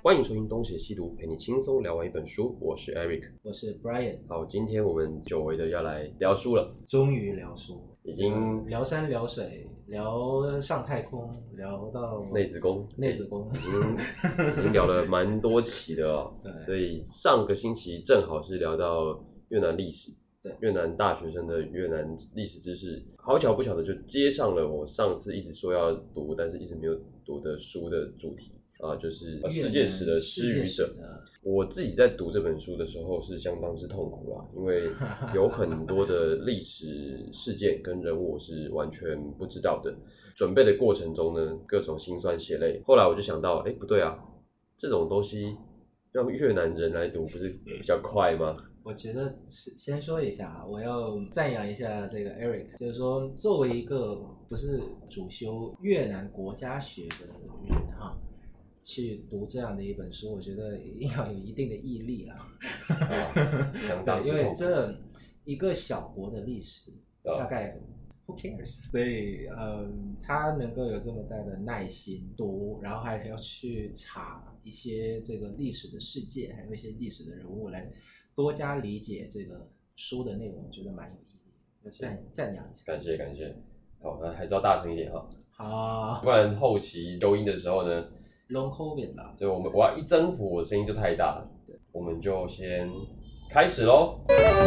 欢迎收听东邪西毒，陪你轻松聊完一本书。我是 Eric， 我是 Brian。 好，今天我们久违的要来聊书了， 终于聊书， 已经聊山聊水，聊上太空，聊到内子宫， 已经聊了蛮多期的哦。 对， 所以上个星期正好是聊到越南历史， 对， 越南大学生的越南历史知识，好巧不巧的就接上了我上次一直说要读，但是一直没有读的书的主题。就是世界史的失语者。我自己在读这本书的时候是相当之痛苦啦，因为有很多的历史事件跟人物我是完全不知道的。准备的过程中呢，各种辛酸血泪。后来我就想到，不对啊，这种东西让越南人来读不是比较快吗？ 我觉得先说一下啊，我要赞扬一下这个 Eric， 就是说作为一个不是主修越南国家学的人哈，去读这样的一本书，我觉得要有一定的毅力啦。对，因为这一个小国的历史，大概 who cares？ 所以他能够有这么大的耐心读，然后还要去查一些这个历史的事件，还有一些历史的人物来多加理解这个书的内容，我觉得蛮有意义的，赞扬一下。 感谢。好，那还是要大声一点哈。 好， 不然后期纠音的时候呢 ，long covid 啦， 就我要一征服，我声音就太大了。对，我们就先开始咯。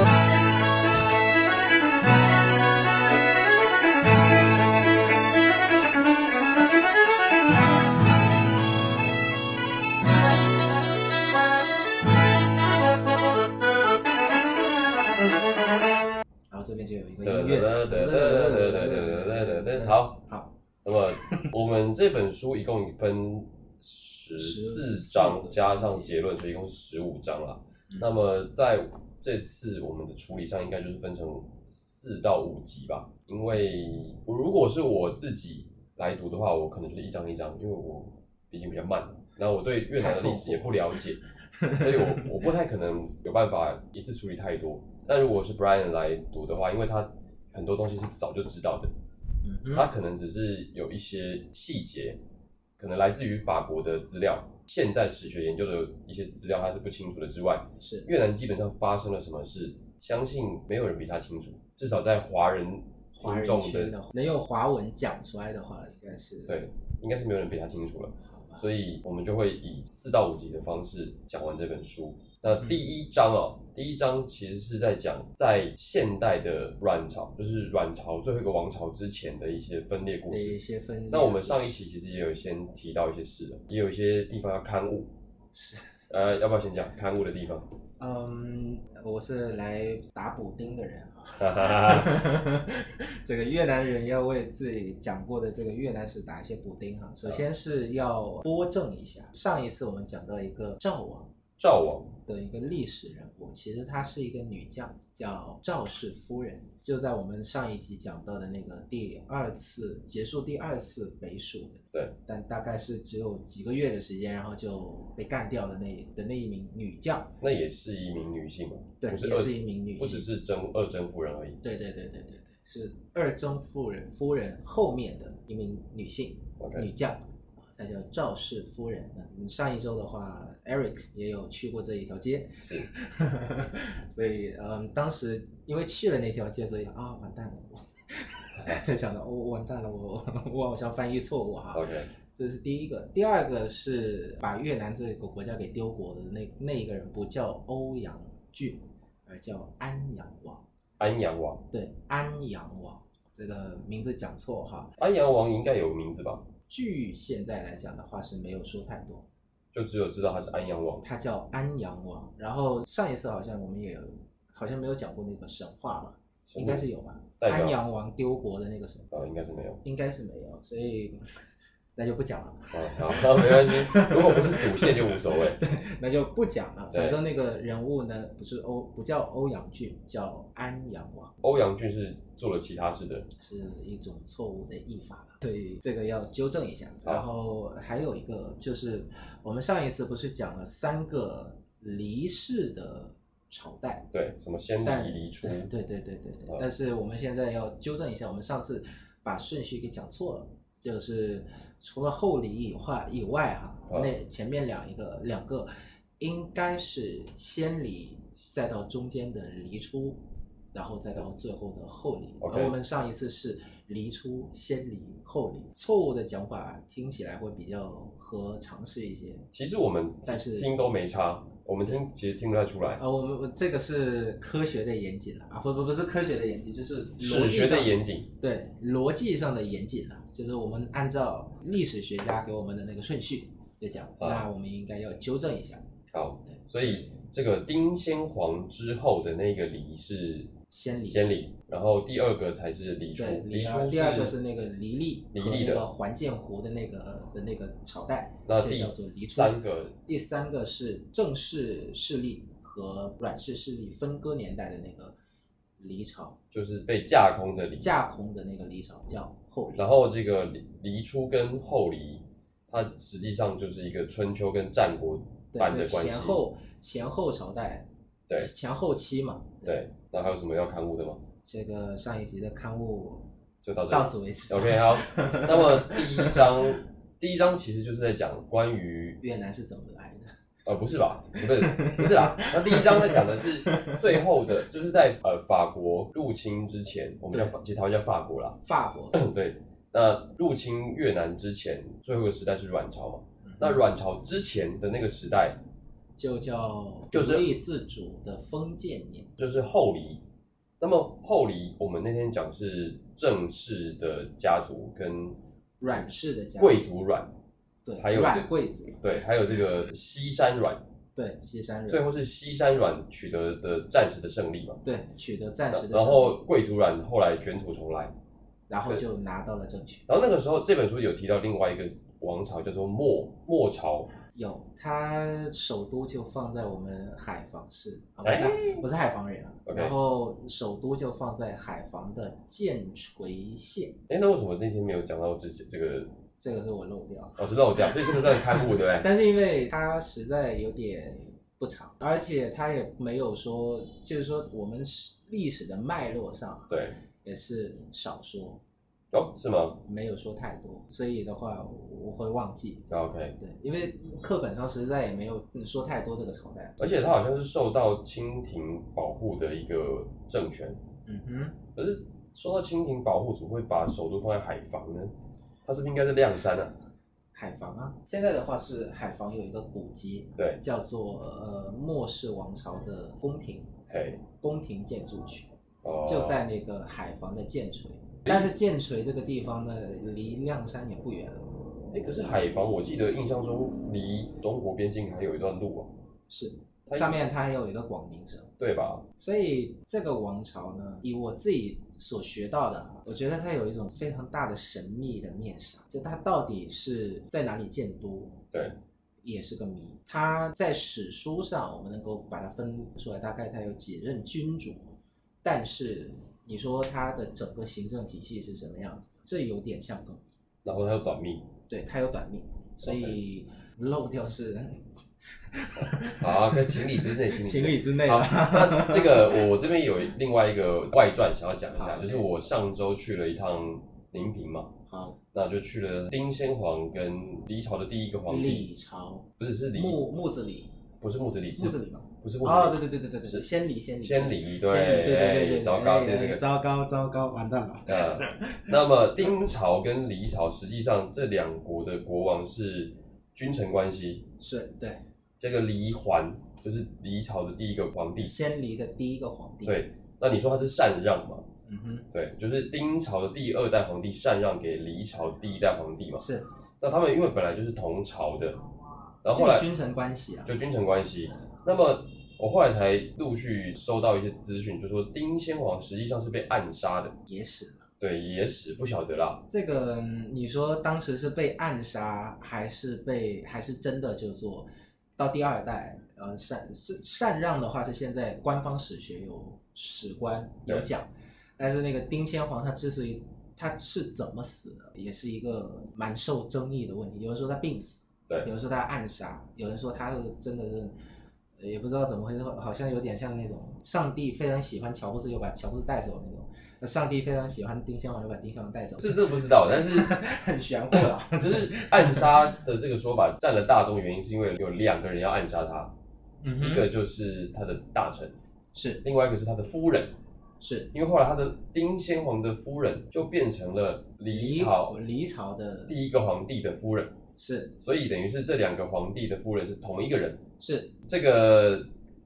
然后这边就有一个音乐。 好，那么我们这本书一共分14章，加上结论，所以一共是15章啦。那么在这次我们的处理上，应该就是分成4到5集吧。因为如果是我自己来读的话，我可能就是一章一章，因为我毕竟比较慢，然后我对越南的历史也不了解，所以我不太可能有办法一次处理太多。但如果是 Brian 来读的话，因为他很多东西是早就知道的，他可能只是有一些细节，可能来自于法国的资料、现代史学研究的一些资料他是不清楚的之外， 是越南基本上发生了什么事，相信没有人比他清楚，至少在华人听众的能用华文讲出来的话， 应该是没有人比他清楚了。所以我们就会以4到5集的方式讲完这本书。那第一章其实是在讲在现代的阮朝，就是阮朝最后一个王朝之前的一些分裂故事。那我们上一期其实也有先提到一些事了，也有一些地方要勘误。 是。 要不要先讲勘误的地方？ 我是来打补丁的人啊。这个越南人要为自己讲过的这个越南史打一些补丁哈。首先是要拨正一下，上一次我们讲到一个赵王的一个历史人物，其实她是一个女将，叫赵氏夫人，就在我们上一集讲到的那个结束第二次北蜀的， 对， 但大概是只有几个月的时间，然后就被干掉的那一名女将， 那也是一名女性嘛？ 对，也是一名女性， 不只是二征夫人而已。 对，是二征夫人后面的一名女性，女将。她叫赵氏夫人。上一周的话 ，Eric 也有去过这一条街， 是， 所以当时因为去了那条街，所以完蛋了，就想到完蛋了，我好像翻译错误哈。 OK， 这是第一个。第二个是把越南这个国家给丢国的那一个人，不叫欧阳峻，而叫安阳王。 安阳王， 对，安阳王这个名字讲错哈。 安阳王应该有名字吧？ 据现在来讲的话是没有说太多， 就只有知道他是安阳王， 他叫安阳王。然后上一次好像我们也好像没有讲过那个神话嘛，应该是有吧？安阳王丢国的那个神话， 应该是没有， 所以那就不讲了。 好，没关系，如果不是主线就无所谓。 对，那就不讲了。反正那个人物呢，不叫欧阳峻，叫安阳王。 欧阳峻是做了其他事的， 是一种错误的译法了，所以这个要纠正一下。然后还有一个就是我们上一次不是讲了3个离世的朝代， 对，什么先帝离出， 对。但是我们现在要纠正一下，我们上次把顺序给讲错了。 就是除了后黎以外哈，那前面两个应该是先黎，再到中间的黎出，然后再到最后的后黎。而我们上一次是黎出先黎后黎，错误的讲法听起来会比较合常识一些。 其实我们听都没差，我们其实听不太出来。 我们这个是科学的严谨了啊，不是科学的严谨，就是史学的严谨。 对，逻辑上的严谨了，就是我们按照历史学家给我们的那个顺序就讲，那我们应该要纠正一下。 好，所以这个丁先皇之后的那个黎是先黎，然后第二个才是黎出，黎出第二个是那个黎利的那个还建湖的那个朝代， 那第三个是正式势力和阮氏势力分割年代的那个黎朝， 就是被架空的那个黎朝叫后黎。 然后这个黎出跟后黎，它实际上就是一个春秋跟战国般的关系， 前后朝代， 对， 前后期嘛。 对，那还有什么要刊物的吗？ 这个上一集的刊物就到此为止。 OK， 好。那么第一章其实就是在讲关于越南是怎么来的。 不是吧？不是啦。那第一章在讲的是最后的，就是在法国入侵之前，我们其实台湾叫法国啦。 法国对。那入侵越南之前，最后一个时代是阮朝嘛？那阮朝之前的那个时代， 就叫独立自主的封建年， 就是后黎。那么后黎，我们那天讲是郑氏的家族跟阮氏的家族， 贵族阮， 对， 还有阮贵族， 对，还有这个西山阮， 对，西山阮， 最后是西山阮取得的暂时的胜利嘛？ 对，取得暂时的胜利。 然后贵族阮后来卷土重来， 然后就拿到了政权。 然后那个时候这本书有提到另外一个王朝叫做莫朝。 有，他首都就放在我们海防市，不是海防人啊。然后首都就放在海防的建垂县。 那为什么那天没有讲到这个？ 这个是我漏掉， 是漏掉，所以这个算刊物对不对？ 但是因为它实在有点不长，而且它也没有说，就是说我们历史的脉络上， 对， 也是少说。 是吗？ 没有说太多，所以的话我会忘记。 OK， 对，因为课本上实在也没有说太多这个朝代， 而且它好像是受到清廷保护的一个政权。可是受到清廷保护，怎么会把首都放在海防呢？它是不是应该是亮山啊？ 海防啊，现在的话是海防有一个古迹， 对， 叫做末世王朝的宫廷，宫廷建筑群，就在那个海防的建垂。但是建垂这个地方呢，离亮山也不远了。 可是海防我记得印象中离中国边境还有一段路啊。 是，上面它还有一个广宁省， 对吧？ 所以这个王朝呢，以我自己所学到的，我觉得它有一种非常大的神秘的面纱，就它到底是在哪里建都， 对， 也是个谜。它在史书上我们能够把它分出来，大概它有几任君主，但是你说它的整个行政体系是什么样子，这有点像个谜。 然后它有短命， 对，它有短命，所以漏掉是好，可以情理之内， 情理之内。 好，那这个我这边有另外一个外传想要讲一下，就是我上周去了一趟宁平嘛， 好， 那就去了丁先皇跟黎朝的第一个皇帝。 李朝不是，是李木子李， 不是木子李， 木子李吗？ 不是木子李， 对，先李， 对，糟糕，这个糟糕，完蛋了。 那么丁朝跟黎朝实际上这两国的国王是君臣关系， 是，对。 这个黎桓就是黎朝的第一个皇帝， 先黎的第一个皇帝。 对，那你说他是禅让嘛？ 对， 就是丁朝的第二代皇帝禅让给黎朝的第一代皇帝嘛。 是。 那他们因为本来就是同朝的，然后后来君臣关系啊， 就君臣关系。那么我后来才陆续收到一些资讯，就说丁先皇实际上是被暗杀的， 野史嘛。 对，野史不晓得啦。 这个你说当时是被暗杀，还是真的就做到第二代？禅让的话是现在官方史学有史官有讲，但是那个丁先皇他是怎么死的，也是一个蛮受争议的问题。有人说他病死， 对， 有人说他暗杀，有人说他是真的是也不知道怎么回事，好像有点像那种上帝非常喜欢乔布斯，又把乔布斯带走那种。上帝非常喜欢丁香王，又把丁香王带走。 这不知道，但是很玄乎啊。 就是暗杀的这个说法占了大宗，原因是因为有2个人要暗杀他，一个就是他的大臣， 是， 另外一个是他的夫人。 是因为后来他的丁先皇的夫人就变成了黎朝的第一个皇帝的夫人， 是， 所以等于是这2个皇帝的夫人是同一个人。 是这个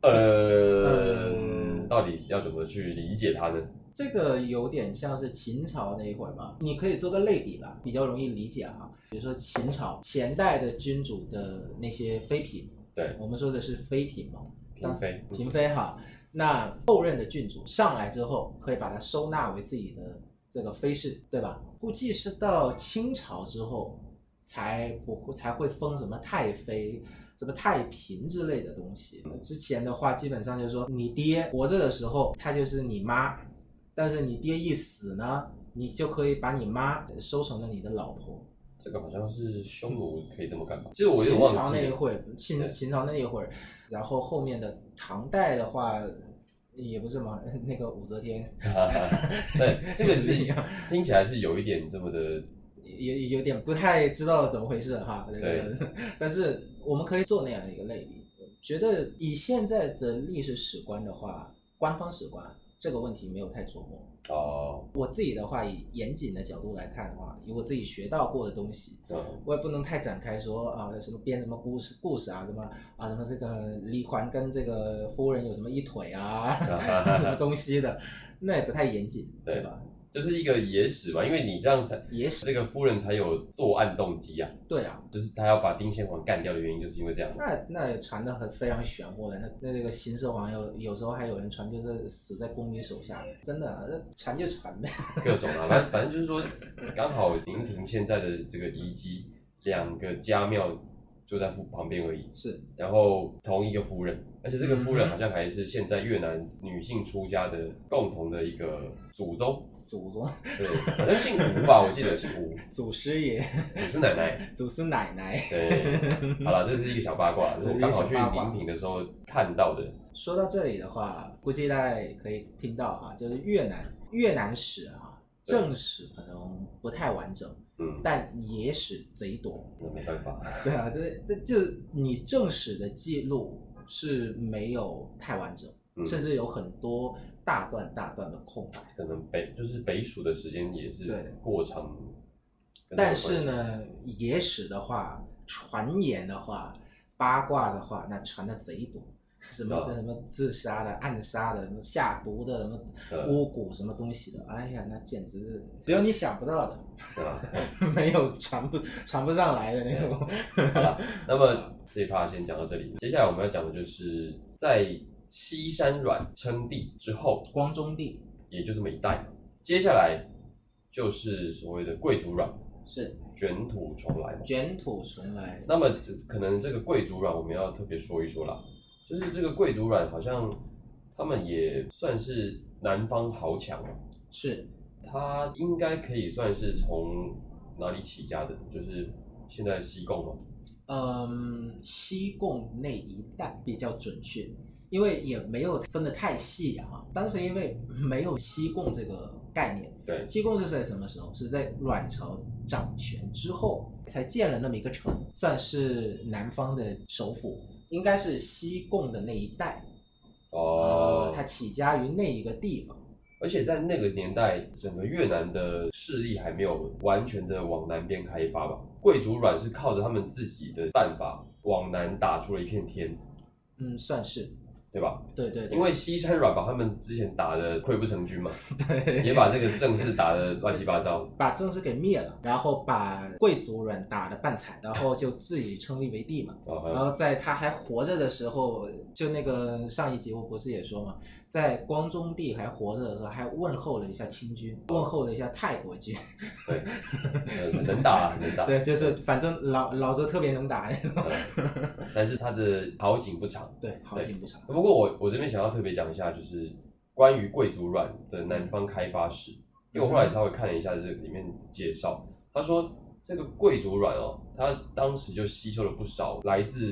到底要怎么去理解它呢？ 这个有点像是秦朝那一会儿吧，你可以做个类比吧，比较容易理解哈。比如说秦朝前代的君主的那些妃嫔， 对， 我们说的是妃嫔嘛，嫔妃哈。那后任的郡主上来之后，可以把它收纳为自己的这个妃室，对吧？估计是到清朝之后才会封什么太妃、什么太嫔之类的东西。之前的话，基本上就是说，你爹活着的时候，他就是你妈，但是你爹一死呢，你就可以把你妈收成了你的老婆。 这个好像是匈奴可以这么干吧？其实我有点忘记了。 秦朝那一会儿，秦朝那一会儿，然后后面的唐代的话，也不是嘛，那个武则天。 对，这个是听起来是有一点这么的， 有点不太知道怎么回事哈。 对， 但是我们可以做那样的一个类比，觉得以现在的历史史观的话，官方史观这个问题没有太琢磨。我自己的话，以严谨的角度来看的话，以我自己学到过的东西，我也不能太展开说啊，什么编什么故事啊，什么这个李环跟这个夫人有什么一腿啊，什么东西的，那也不太严谨，对吧？ 就是一个野史嘛，因为你这样才野史， 这个夫人才有作案动机啊。 对啊， 就是他要把丁先皇干掉的原因，就是因为这样。 那也传得非常玄乎的，那这个秦始皇有时候还有人传就是死在宫女手下，真的，传就传呗。 各种啊，反正就是说，刚好临平现在的这个遗迹，2个家庙就在旁边而已。是，然后同一个夫人，而且这个夫人好像还是现在越南女性出家的共同的一个祖宗。对，好像姓吴吧，我记得姓吴。 祖师爷， 祖师奶奶， 祖师奶奶。 对，好了，这是一个小八卦，我刚好去临平的时候看到的。 说到这里的话，估计大家也可以听到啊，就是越南史啊，正史可能不太完整，但野史贼多。 那没办法。 对啊，这就你正史的记录是没有太完整。甚至有很多大段的空白， 可能北蜀的时间也是过长。 但是呢，野史的话，传言的话，八卦的话，那传的贼多，什么自杀的、暗杀的、什么下毒的、什么巫蛊什么东西的，哎呀，那简直是只有你想不到的，对吧？没有传不上来的那种。 好了，那么这一趴先讲到这里，接下来我们要讲的就是在西山阮称帝之后， 光宗帝也就这么一代，接下来就是所谓的贵族阮， 是卷土重来嘛。 卷土重来。 那么可能这个贵族阮我们要特别说一说啦，就是这个贵族阮好像他们也算是南方豪强，是他应该可以算是从哪里起家的？就是现在西贡嘛。 西贡那一带比较准确。因为也没有分得太细啊，当时因为没有西贡这个概念，对，西贡是在什么时候？是在阮朝掌权之后才建了那么一个城，算是南方的首府，应该是西贡的那一带。它起家于那一个地方。 而且在那个年代，整个越南的势力还没有完全的往南边开发吧？贵族阮是靠着他们自己的办法往南打出了一片天。 算是。 对吧？ 对， 因为西山阮把他们之前打的溃不成军嘛，对，也把这个郑氏打的乱七八糟， 把郑氏给灭了，然后把贵族阮打的半残，然后就自己称立为帝嘛。然后在他还活着的时候，就那个上一集我不是也说嘛，在光宗帝还活着的时候，还问候了一下清军，问候了一下泰国军。 对，能打。 对，就是反正老子特别能打那种。 但是他的好景不长。 对，好景不长。 不过我这边想要特别讲一下，就是关于贵族阮的南方开发史，因为我后来稍微看了一下这个里面介绍，他说这个贵族阮他当时就吸收了不少来自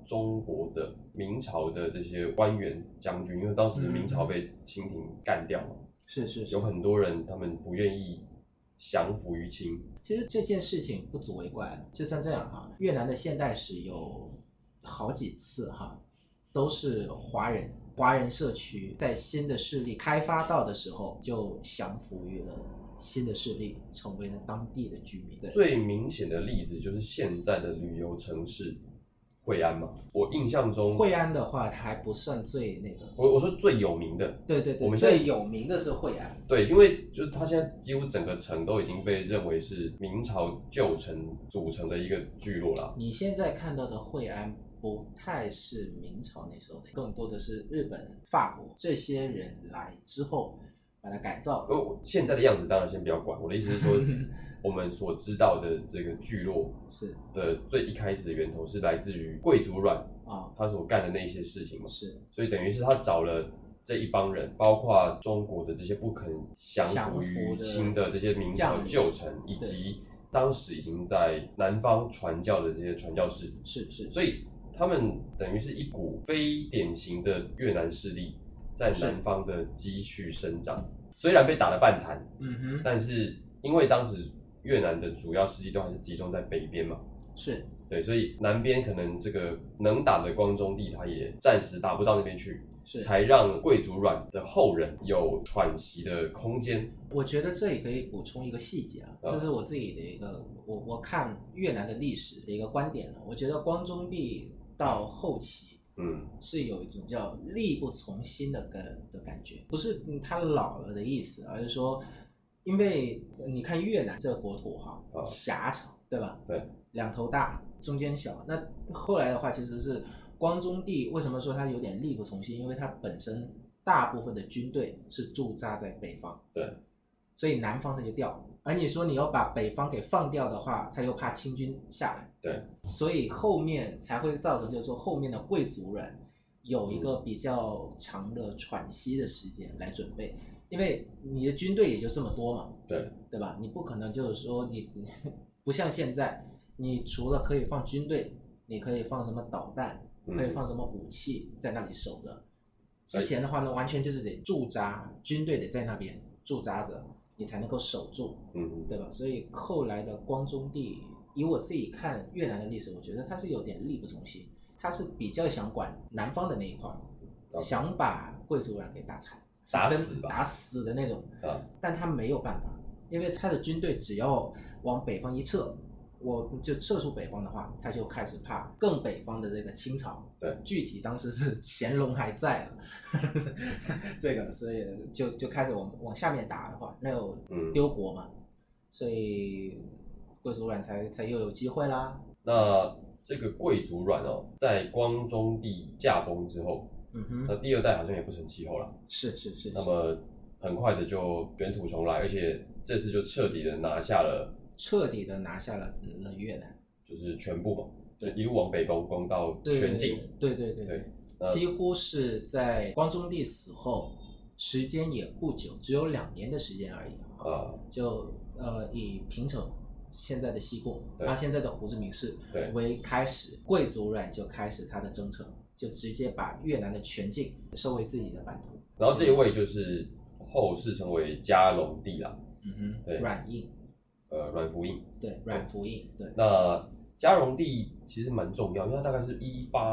中国的明朝的这些官员将军，因为当时明朝被清廷干掉嘛， 是， 有很多人他们不愿意降服于清。 其实这件事情不足为怪，就像这样哈，越南的现代史有好几次哈，都是华人社区在新的势力开发到的时候，就降服于了新的势力，成为了当地的居民。对， 最明显的例子就是现在的旅游城市惠安嘛，我印象中惠安的话还不算最那个， 我说最有名的， 对， 我们现在最有名的是惠安。 对，因为就是它现在几乎整个城都已经被认为是明朝旧城组成的一个聚落了。 你现在看到的惠安不太是明朝那时候的，更多的是日本、法国这些人来之后把它改造。 现在的样子当然先不要管，我的意思是说，我们所知道的这个聚落是的最一开始的源头是来自于贵族阮啊， 他所干的那些事情嘛。 是， 所以等于是他找了这一帮人，包括中国的这些不肯降服于清的这些明朝旧臣，以及当时已经在南方传教的这些传教士， 是， 所以他们等于是一股非典型的越南势力在南方的继续生长。虽然被打得半残，但是因为当时越南的主要势力都还是集中在北边嘛， 是对，所以南边可能这个能打的光宗帝他也暂时打不到那边去，才让贵族阮的后人有喘息的空间。 我觉得这里可以补充一个细节啊，这是我自己的一个我看越南的历史的一个观点了。我觉得光宗帝到后期，是有一种叫力不从心的感觉，不是他老了的意思，而是说，因为你看越南这个国土哈，狭长，对吧？ 对， 两头大，中间小。那后来的话，其实是光宗帝为什么说他有点力不从心？因为他本身大部分的军队是驻扎在北方， 对， 所以南方他就掉。而你说你要把北方给放掉的话，他又怕清军下来， 对， 所以后面才会造成就是说后面的贵族人有一个比较长的喘息的时间来准备。因为你的军队也就这么多嘛，对吧？你不可能就是说你不像现在，你除了可以放军队，你可以放什么导弹，可以放什么武器在那里守着。之前的话呢，完全就是得驻扎，军队得在那边驻扎着，你才能够守住，对吧？所以后来的光宗帝，以我自己看越南的历史，我觉得他是有点力不从心，他是比较想管南方的那一块，想把贵族人给打残。打死的那种，但他没有办法，因为他的军队只要往北方一撤，我就撤出北方的话，他就开始怕更北方的这个清朝。 对， 具体当时是乾隆还在了，这个所以就开始往下面打的话，那有丢国嘛，所以贵族阮才又有机会啦。 那这个贵族阮在光宗帝驾崩之后。那第二代好像也不成气候了， 是。 那么很快的就卷土重来，而且这次就彻底的拿下了越南，就是全部嘛，就一路往北攻到全境。 对，几乎是在光宗帝死后，时间也不久，只有2年的时间而已就以平城现在的西贡现在的胡志明市为开始，贵族阮就开始他的征程。就直接把越南的全境收为自己的版图， 然后这一位就是后世称为嘉隆帝啦， 对，阮印， 阮福印， 对，阮福印，对。 那嘉隆帝其实蛮重要，因为他大概是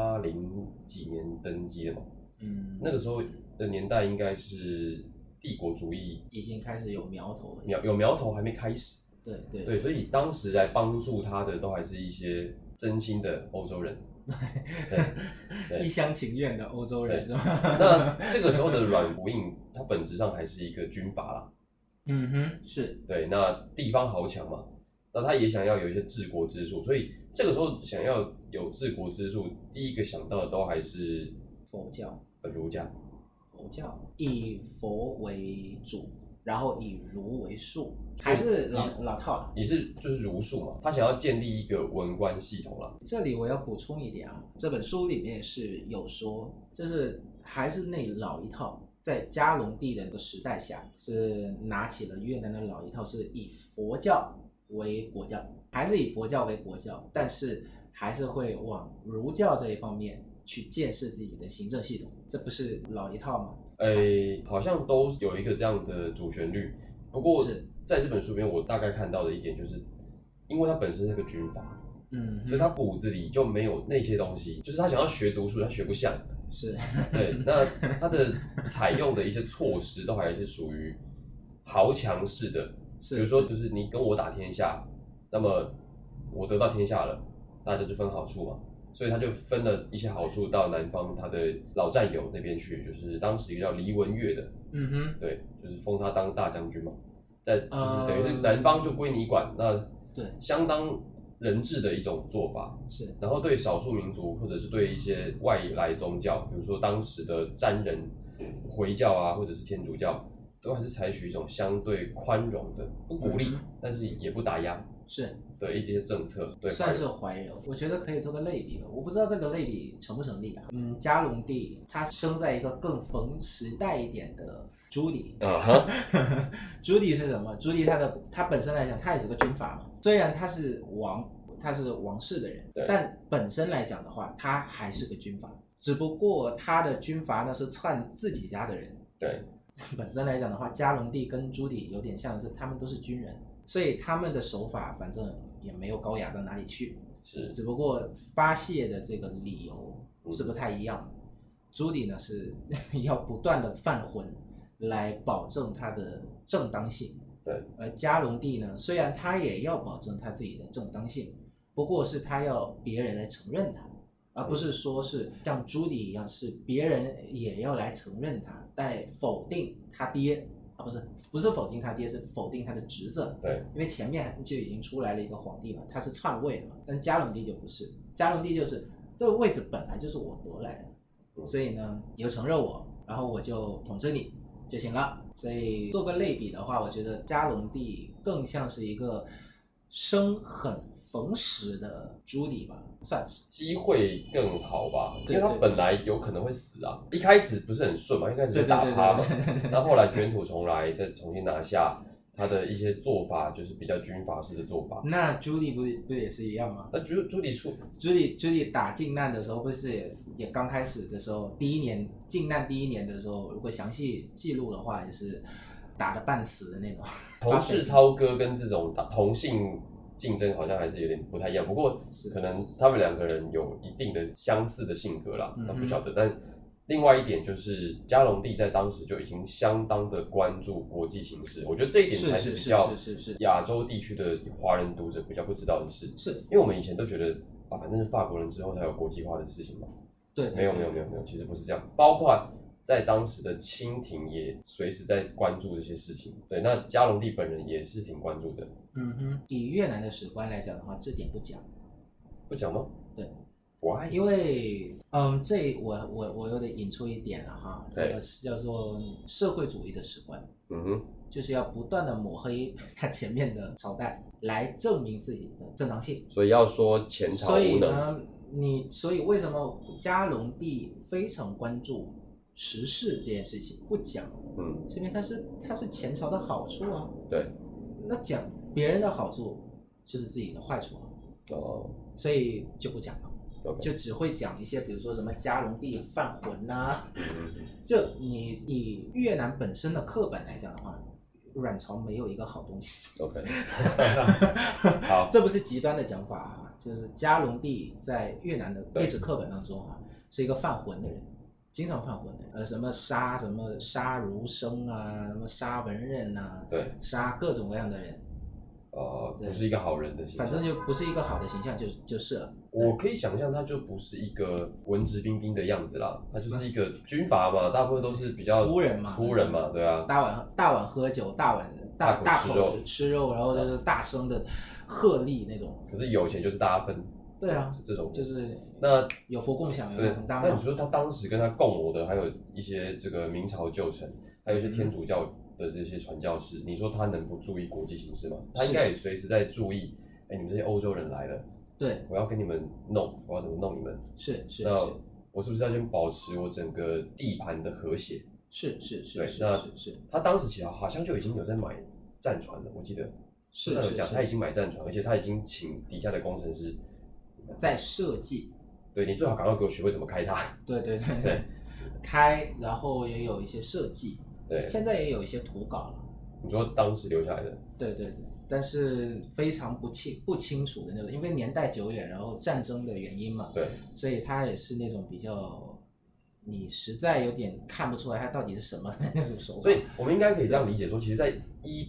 1800几年登基的嘛，那个时候的年代应该是帝国主义已经开始有苗头了， 有苗头还没开始， 对， 所以当时来帮助他的都还是一些真心的欧洲人。 对，一厢情愿的欧洲人是吧？ 那这个时候的阮福印，他本质上还是一个军阀啦。 是对。那地方豪强嘛，那他也想要有一些治国之术，所以这个时候想要有治国之术，第一个想到的都还是佛教、 儒家。 佛教以佛为主，然后以儒为术，还是老套， 也是就是儒术嘛，他想要建立一个文官系统啦。 这里我要补充一点这本书里面是有说，就是还是那老一套，在嘉隆帝的那个时代下，是拿起了越南的老一套，是以佛教为国教，还是以佛教为国教，但是还是会往儒教这一方面去建设自己的行政系统，这不是老一套吗？ 好像都有一个这样的主旋律。不过在这本书里面，我大概看到的一点就是，因为他本身是个军阀，所以他骨子里就没有那些东西，就是他想要学读书，他学不像。 是， 对，那他的采用的一些措施都还是属于豪强式的，比如说就是你跟我打天下，那么我得到天下了，大家就分好处嘛。所以他就分了一些好处到南方他的老战友那边去，就是当时一个叫黎文乐的，对，就是封他当大将军嘛，就是等于是南方就归你管，那对， 相当人治的一种做法。 是， 然后对少数民族或者是对一些外来宗教，比如说当时的詹人、回教啊，或者是天主教，都还是采取一种相对宽容的，不鼓励，但是也不打压。 是的一些政策，对， 算是怀柔，我觉得可以做个类比了。我不知道这个类比成不成立啊？嘉隆帝他生在一个更逢时代一点的朱棣，朱棣是什么？朱棣他本身来讲，他也是个军阀嘛。虽然他是王室的人，但本身来讲的话，他还是个军阀。只不过他的军阀呢是篡自己家的人。 对， 本身来讲的话，嘉隆帝跟朱棣有点像是他们都是军人。所以他们的手法反正也没有高雅到哪里去，只不过发泄的这个理由是不太一样的。朱棣呢是要不断的犯浑来保证他的正当性， 对。 而嘉隆帝呢，虽然他也要保证他自己的正当性，不过是他要别人来承认他，而不是说是像朱棣一样，是别人也要来承认他，但否定他爹。不是否定他爹，是否定他的侄子。 对， 因为前面就已经出来了一个皇帝嘛，他是篡位了嘛。但嘉隆帝就不是，嘉隆帝就是这个位置本来就是我得来的，所以呢，你就承认我，然后我就统治你就行了。所以做个类比的话，我觉得嘉隆帝更像是一个生很逢时的朱棣吧，算是机会更好吧，因为他本来有可能会死啊，一开始不是很顺嘛，一开始被打趴嘛，那后来卷土重来，再重新拿下，他的一些做法就是比较军阀式的做法。 那朱棣不也是一样吗？ 那朱棣打靖难的时候，不是也刚开始的时候，靖难第一年的时候，如果详细记录的话，也是打得半死的那种。 同室操戈跟这种同性竞争好像还是有点不太一样，不过可能他们两个人有一定的相似的性格啦，那不晓得。但另外一点就是嘉隆帝在当时就已经相当的关注国际形势，我觉得这一点才是比较亚洲地区的华人读者比较不知道的事，因为我们以前都觉得啊，反正是法国人之后才有国际化的事情嘛。 对， 没有，其实不是这样，包括在当时的清廷也随时在关注这些事情。对，那嘉隆帝本人也是挺关注的。 以越南的史观来讲的话，这点不讲吗？ 对， 因为这我有点引出一点了哈，这个是叫做社会主义的史观。就是要不断的抹黑他前面的朝代，来证明自己的正当性。 所以要说前朝无能。 所以为什么嘉隆帝非常关注时事这件事情不讲？是因为他是前朝的好处啊。 对， 那讲别人的好处就是自己的坏处啊。所以就不讲了。就只会讲一些，比如说什么嘉隆帝犯浑呐。就你以越南本身的课本来讲的话，阮朝没有一个好东西。 OK， 好， 这不是极端的讲法啊，就是嘉隆帝在越南的历史课本当中啊，是一个犯浑的人，经常犯浑的，什么杀儒生啊，什么杀文人啊， 对， 杀各种各样的人。 不是一个好人的形象， 反正就不是一个好的形象就是了。 我可以想象，他就不是一个文质彬彬的样子啦，他就是一个军阀嘛，大部分都是比较粗人嘛，对啊， 大碗喝酒，大口吃肉，然后就是大声的鹤唳那种。 可是有钱就是大家分。 对啊， 这种就是那有福共享，有很大。 那你说他当时跟他共谋的，还有一些这个明朝旧臣，还有一些天主教的这些传教士，你说他能不注意国际形势吗？他应该也随时在注意，你们这些欧洲人来了， 对， 我要跟你们弄，我要怎么弄你们？那我是不是要先保持我整个地盘的和谐？ 是， 那他当时其实好像就已经有在买战船了，我记得有讲他已经买战船，而且他已经请底下的工程师再设计。 对，你最好赶快给我学会怎么开它。 对对对对， 开，然后也有一些设计， 对， 现在也有一些图稿了。 你说当时留下来的？ 对对对，但是非常不清楚的那种，因为年代久远，然后战争的原因嘛， 对， 所以它也是那种比较，你实在有点看不出来它到底是什么那种手法。 所以我们应该可以这样理解说，其实，在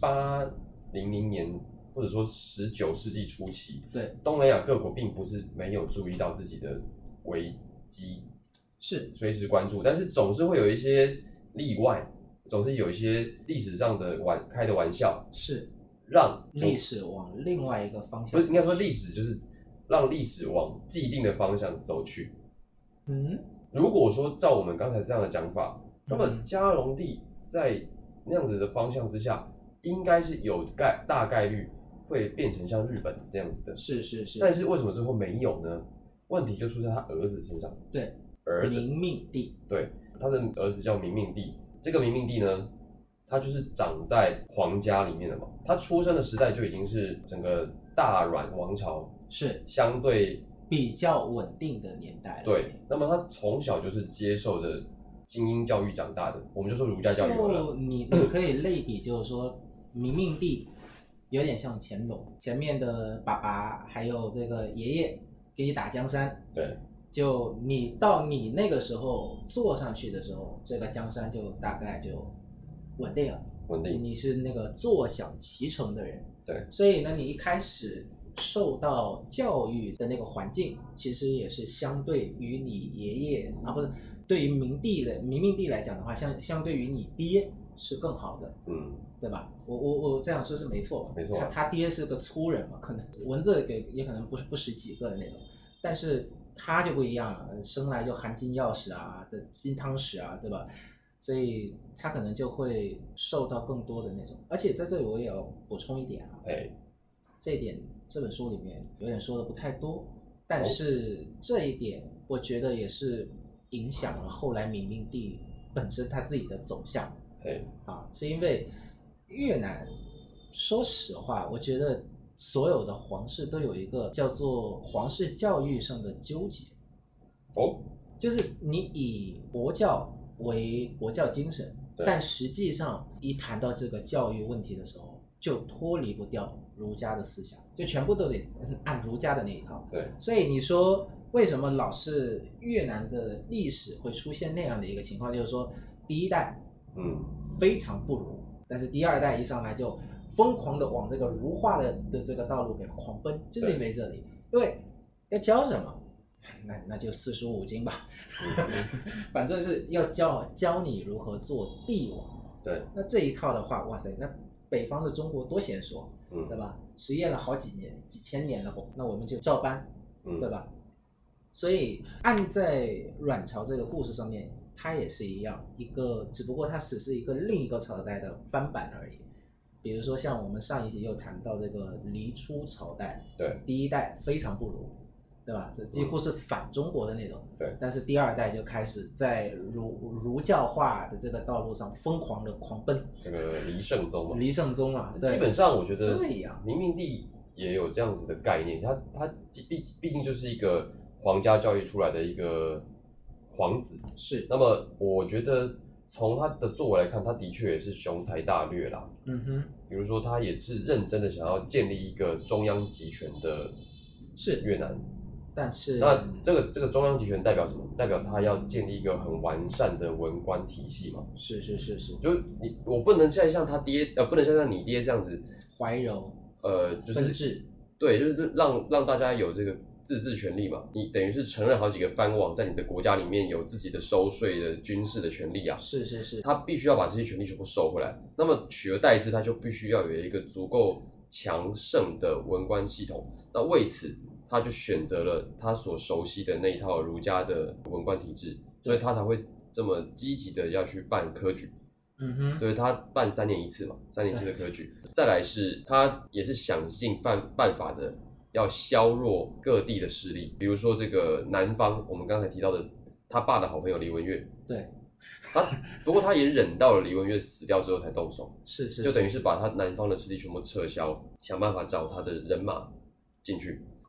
1800年或者说19世纪初期， 对， 东南亚各国并不是没有注意到自己的危机， 是随时关注，但是总是会有一些例外，总是有一些历史上的开的玩笑， 是让历史往另外一个方向走去， 不是应该说历史就是让历史往既定的方向走去。如果说照我们刚才这样的讲法，那么嘉隆帝在那样子的方向之下，应该是有大概率会变成像日本这样子的。 是是是。 但是为什么最后没有呢？问题就出在他儿子身上。 对， 儿子明命帝。 对，他的儿子叫明命帝。这个明命帝呢，他就是长在皇家里面的嘛。他出生的时代就已经是整个大阮王朝是相对比较稳定的年代了。 对，那么他从小就是接受着精英教育长大的，我们就说儒家教育好了。 你可以类比，就是说明命帝有点像乾隆，前面的爸爸还有这个爷爷给你打江山， 对， 就你到你那个时候坐上去的时候，这个江山就大概就稳定了， 稳定。 你是那个坐享其成的人， 对， 所以呢，你一开始受到教育的那个环境，其实也是相对于你爷爷啊，不是对于明命帝来讲的话，相对于你爹是更好的，对吧？我这样说是没错， 没错。 他爹是个粗人嘛，可能文字也可能不识几个的那种，但是他就不一样，生来就含金钥匙啊的金汤匙啊，对吧？所以他可能就会受到更多的那种，而且在这里我也要补充一点啊，这一点这本书里面有点说的不太多，但是这一点我觉得也是影响了后来明命帝本身他自己的走向。是因为越南，说实话，我觉得所有的皇室都有一个叫做皇室教育上的纠结。就是你以佛教为国教精神，但实际上一谈到这个教育问题的时候，就脱离不掉儒家的思想，就全部都得按儒家的那一套。 对， 所以你说为什么老是越南的历史会出现那样的一个情况，就是说第一代非常不儒，但是第二代一上来就疯狂的往这个儒化的这个道路给狂奔，就是因为这里，因为要教什么？那就45经吧，反正是要教你如何做帝王。 对， 那这一套的话，哇塞，那北方的中国多贤说，对吧？实验了好几年、几千年了，那我们就照搬，对吧？所以按在阮朝这个故事上面，它也是一样，只不过它只是一个另一个朝代的翻版而已。比如说像我们上一集又谈到这个黎初朝代， 对， 第一代非常不儒，对吧？这几乎是反中国的那种。 对， 但是第二代就开始在儒教化的这个道路上疯狂的狂奔。 这个黎圣宗嘛， 黎圣宗啊， 基本上我觉得都是一样。 明命帝也有这样子的概念，他毕竟就是一个皇家教育出来的一个皇子。 是。 那么我觉得从他的作为来看，他的确也是雄才大略啦。比如说他也是认真的想要建立一个中央集权的越南。 但是那这个中央集权代表什么？代表他要建立一个很完善的文官体系嘛？ 是。 就我不能像他爹，不能像你爹这样子怀柔， 就是分治， 对，就是让大家有这个自治权利嘛。你等于是承认好几个藩王在你的国家里面有自己的收税的军事的权利啊。 是。他必须要把这些权利全部收回来。那么取而代之，他就必须要有一个足够强盛的文官系统。那为此，他就选择了他所熟悉的那一套儒家的文官体制，所以他才会这么积极的要去办科举。对，他办3年一次嘛，3年一次的科举。再来是他也是想尽办法的要削弱各地的势力，比如说这个南方，我们刚才提到的他爸的好朋友黎文乐。 对， 不过他也忍到了黎文乐死掉之后才动手， 是， 就等于是把他南方的势力全部撤销，想办法找他的人马进去。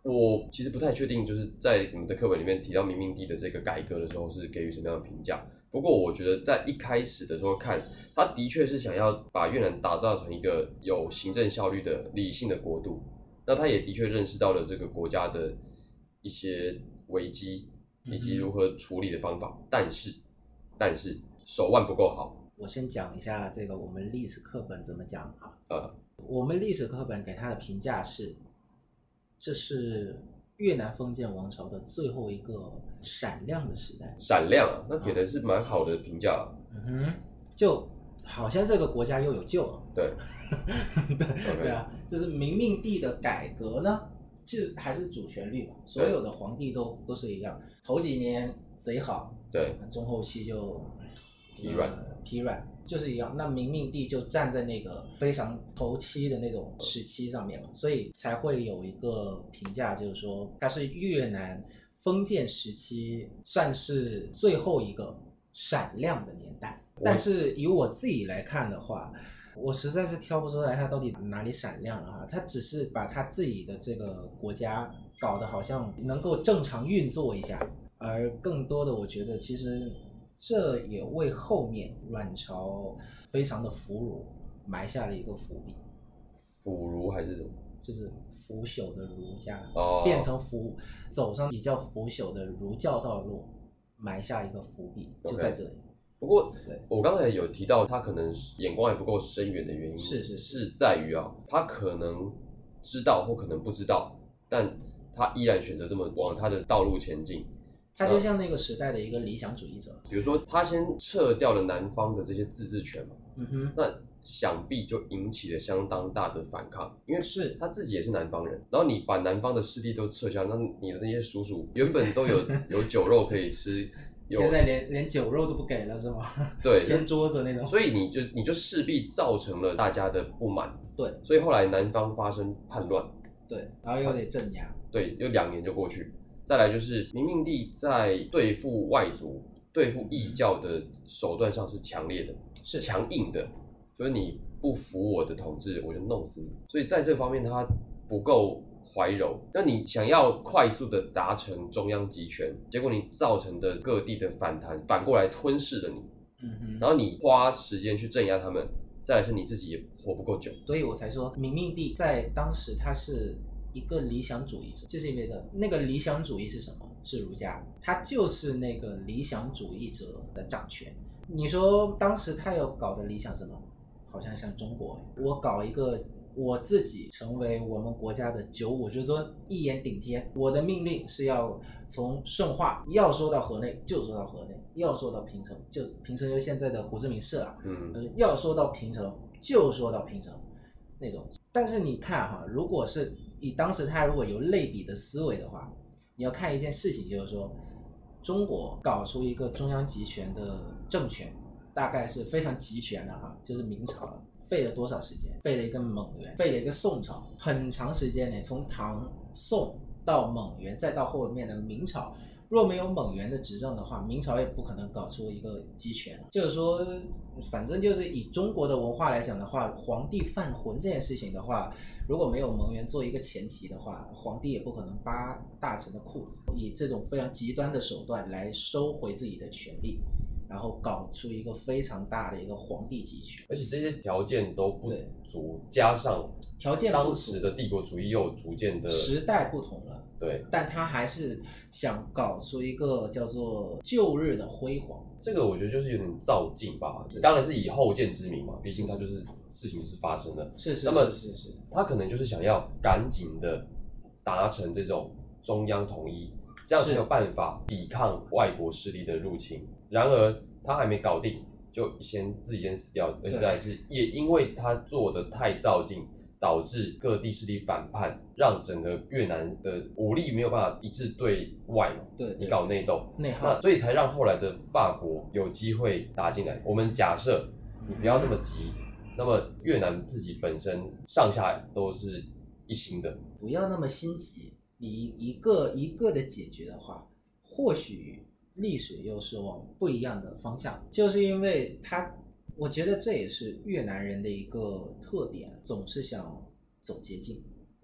我其实不太确定，就是在你们的课本里面提到明命帝的这个改革的时候是给予什么样的评价。不过我觉得在一开始的时候看，他的确是想要把越南打造成一个有行政效率的理性的国度。那他也的确认识到了这个国家的一些危机以及如何处理的方法，但是手腕不够好。 我先讲一下这个我们历史课本怎么讲啊？我们历史课本给他的评价是，这是越南封建王朝的最后一个闪亮的时代。 闪亮啊，那给的是蛮好的评价啊。 就好像这个国家又有救了。 对， 对啊，就是明命帝的改革呢，是还是主旋律嘛，所有的皇帝都是一样，头几年贼好， 对， 中后期就疲软， 就是一样。那明命帝就站在那个非常头期的那种时期上面嘛，所以才会有一个评价，就是说它是越南封建时期算是最后一个闪亮的年代。但是以我自己来看的话，我实在是挑不出来它到底哪里闪亮了哈。他只是把他自己的这个国家搞得好像能够正常运作一下，而更多的我觉得其实这也为后面阮朝非常的腐儒埋下了一个伏笔。 腐儒还是什么？ 就是腐朽的儒家，变成走上比较腐朽的儒教道路，埋下一个伏笔，就在这里。 不过，我刚才有提到他可能眼光还不够深远的原因，是在于啊，他可能知道或可能不知道，但他依然选择这么往他的道路前进。 他就像那个时代的一个理想主义者。 比如说，他先撤掉了南方的这些自治权嘛，那想必就引起了相当大的反抗，因为是他自己也是南方人，然后你把南方的势力都撤下，那你的那些叔叔原本都有酒肉可以吃。 现在连酒肉都不给了是吗？ 对， 掀桌子那种。 所以你就势必造成了大家的不满。 对， 所以后来南方发生叛乱。 对，然后又得镇压。 对，又2年就过去。再来就是明命帝在对付外族、对付异教的手段上是强烈的，是强硬的，就是你不服我的统治，我就弄死你。所以在这方面他不够怀柔，那你想要快速的达成中央集权，结果你造成的各地的反弹，反过来吞噬了你。然后你花时间去镇压他们，再来是你自己也活不够久。 所以我才说明命帝在当时他是一个理想主义者，就是因为那个理想主义是什么？是儒家，他就是那个理想主义者的掌权。你说当时他有搞的理想什么？好像像中国，我搞一个我自己成为我们国家的95之尊，一言顶天。我的命令是要从顺化要说到河内就说到河内，要说到平城就现在的胡志明市啊，要说到平城就说到平城那种。但是你看哈，如果是以当时他如果有类比的思维的话，你要看一件事情，就是说中国搞出一个中央集权的政权，大概是非常集权的哈，就是明朝了。费了多少时间？费了一个蒙元，费了一个宋朝，很长时间呢。从唐、宋到蒙元，再到后面的明朝，若没有蒙元的执政的话，明朝也不可能搞出一个集权。就是说，反正就是以中国的文化来讲的话，皇帝犯浑这件事情的话，如果没有蒙元做一个前提的话，皇帝也不可能扒大臣的裤子，以这种非常极端的手段来收回自己的权利。然后搞出一个非常大的一个皇帝集权， 而且这些条件都不足，加上条件当时的帝国主义又逐渐的时代不同了， 对， 但他还是想搞出一个叫做旧日的辉煌。 这个我觉得就是有点造进吧，当然是以后见之明嘛，毕竟他就是事情就是发生了，那么他可能就是想要赶紧的达成这种中央统一，这样才有办法抵抗外国势力的入侵。然而他还没搞定，就自己先死掉，而且再来是也因为他做的太躁进，导致各地势力反叛，让整个越南的武力没有办法一致对外嘛，你搞内斗，那所以才让后来的法国有机会打进来。我们假设你不要这么急，那么越南自己本身上下都是一心的， 不要那么心急，你一个一个的解决的话，或许历史又是往不一样的方向，就是因为我觉得这也是越南人的一个特点，总是想走捷径。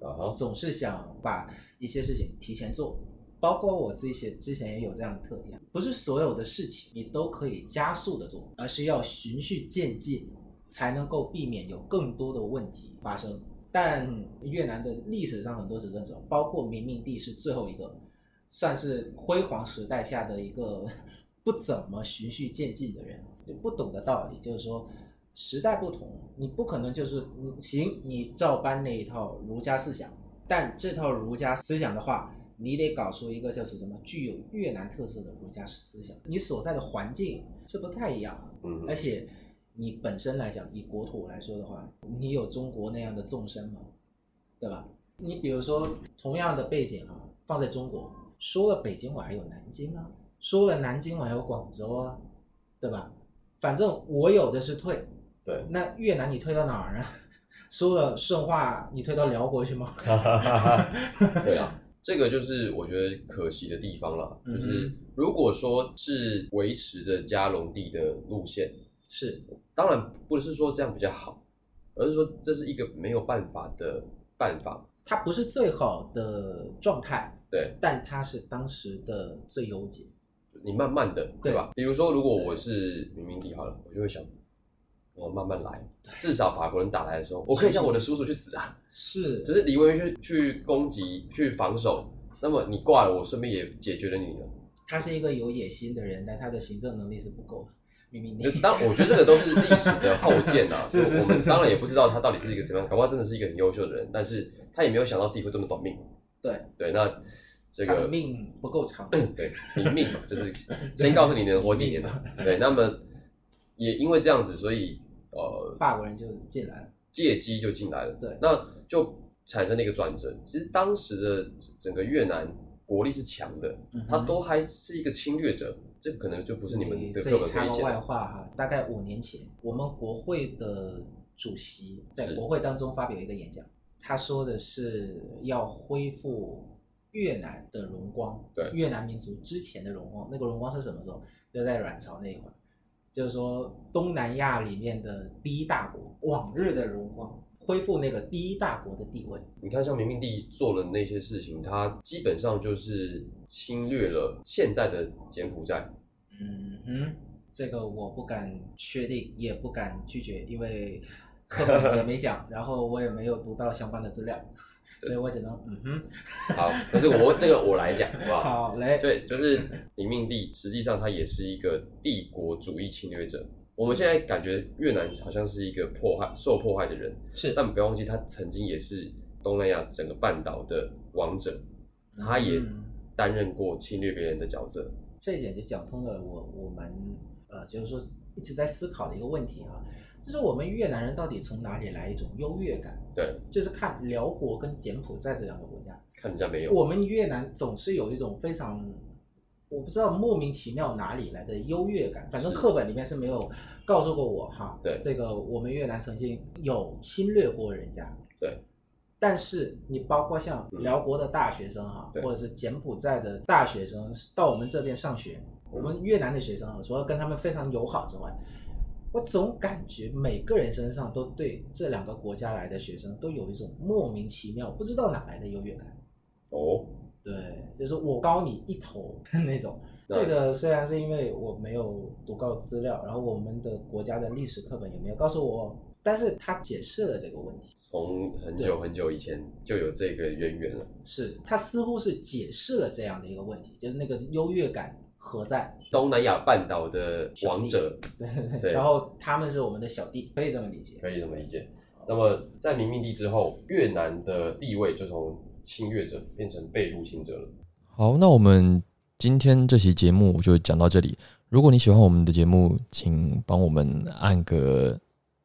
总是想把一些事情提前做。包括我之前也有这样的特点，不是所有的事情你都可以加速的做，而是要循序渐进，才能够避免有更多的问题发生。但越南的历史上很多执政者，包括明命帝是最后一个，算是辉煌时代下的一个不怎么循序渐进的人，不懂的道理，就是说时代不同，你不可能就是行你照搬那一套儒家思想，但这套儒家思想的话，你得搞出一个就是什么具有越南特色的儒家思想，你所在的环境是不太一样的，而且你本身来讲，以国土来说的话，你有中国那样的纵深吗？对吧？你比如说同样的背景啊，放在中国，说了北京我还有南京啊，说了南京我还有广州啊，对吧？反正我有的是退， 对， 那越南你退到哪儿呢？说了顺化，你退到辽国去吗？ 对啊。这个就是我觉得可惜的地方啦，就是如果说是维持着嘉隆帝的路线， 是， 当然不是说这样比较好，而是说这是一个没有办法的办法。 它不是最好的状态， 对， 但它是当时的最优解。 你慢慢的，对吧？比如说，如果我是明明帝好了，我就会想，我慢慢来，至少法国人打来的时候，我可以叫我的叔叔去死啊！ 是， 就是李维去攻击、去防守，那么你挂了，我顺便也解决了你了。 他是一个有野心的人，但他的行政能力是不够的。明明我觉得这个都是历史的后见啊， 是我们当然也不知道他到底是一个怎么样，搞不好真的是一个很优秀的人，但是他也没有想到自己会这么短命。 对， 那这个他的命不够长。 对，你命嘛，就是先告诉你能活几年嘛。对，那么也因为这样子，所以法国人就进来了， 借机就进来了。 对， 那就产生了一个转折。其实当时的整个越南国力是强的，他都还是一个侵略者，这可能就不是你们的课本可以写的。 这里插个外话哈，大概5年前，我们国会的主席在国会当中发表一个演讲，他说的是要恢复越南的荣光， 对， 越南民族之前的荣光。那个荣光是什么时候？就在阮朝那一会儿，就是说东南亚里面的第一大国，往日的荣光，恢复那个第一大国的地位。 你看，像明命帝做的那些事情，他基本上就是侵略了现在的柬埔寨。 这个我不敢确定，也不敢拒绝，因为课本也没讲，然后我也没有读到相关的资料。所以我只能好，可是这个我来讲好不好？ 好嘞。 对，就是明命帝，实际上他也是一个帝国主义侵略者。我们现在感觉越南好像是一个受迫害的人， 是， 但不要忘记，他曾经也是东南亚整个半岛的王者，他也担任过侵略别人的角色。 这一点就讲通了我们就是说一直在思考的一个问题啊。就是我们越南人到底从哪里来一种优越感？ 对， 就是看辽国跟柬埔寨这两个国家， 看人家没有。 我们越南总是有一种非常，我不知道莫名其妙哪里来的优越感，反正课本里面是没有告诉过我哈。 对， 这个我们越南曾经有侵略过人家。 对， 但是你包括像辽国的大学生哈，或者是柬埔寨的大学生到我们这边上学，我们越南的学生除了跟他们非常友好之外，我总感觉每个人身上都对这两个国家来的学生都有一种莫名其妙不知道哪来的优越感。对，就是我高你一头那种。这个虽然是因为我没有读够资料，然后我们的国家的历史课本也没有告诉我，但是他解释了这个问题。 从很久很久以前就有这个渊源了。 是，他似乎是解释了这样的一个问题，就是那个优越感何在？ 东南亚半岛的王者， 对，然后他们是我们的小弟，可以这么理解。 可以这么理解。那么在明命帝之后，越南的地位就从侵略者变成被入侵者了。 好，那我们今天这期节目就讲到这里。如果你喜欢我们的节目，请帮我们按个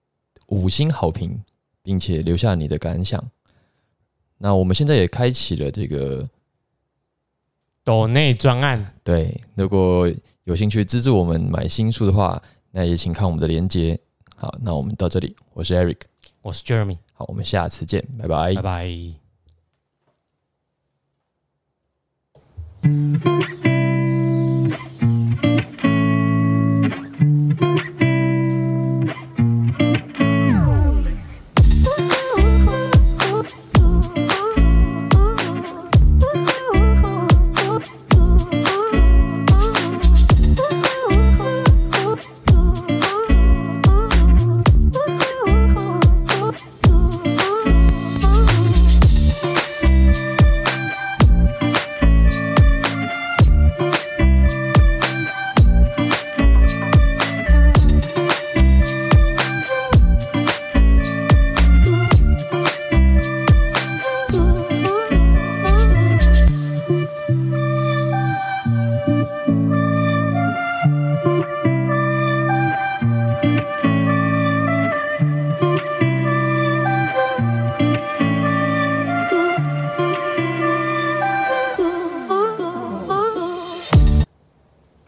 5星好评，并且留下你的感想。那我们现在也开启了这个抖内专案， 对，如果有兴趣资助我们买新书的话，那也请看我们的连结。好，那我们到这里，我是 Eric， 我是 Jeremy， 好，我们下次见，拜拜， 拜拜。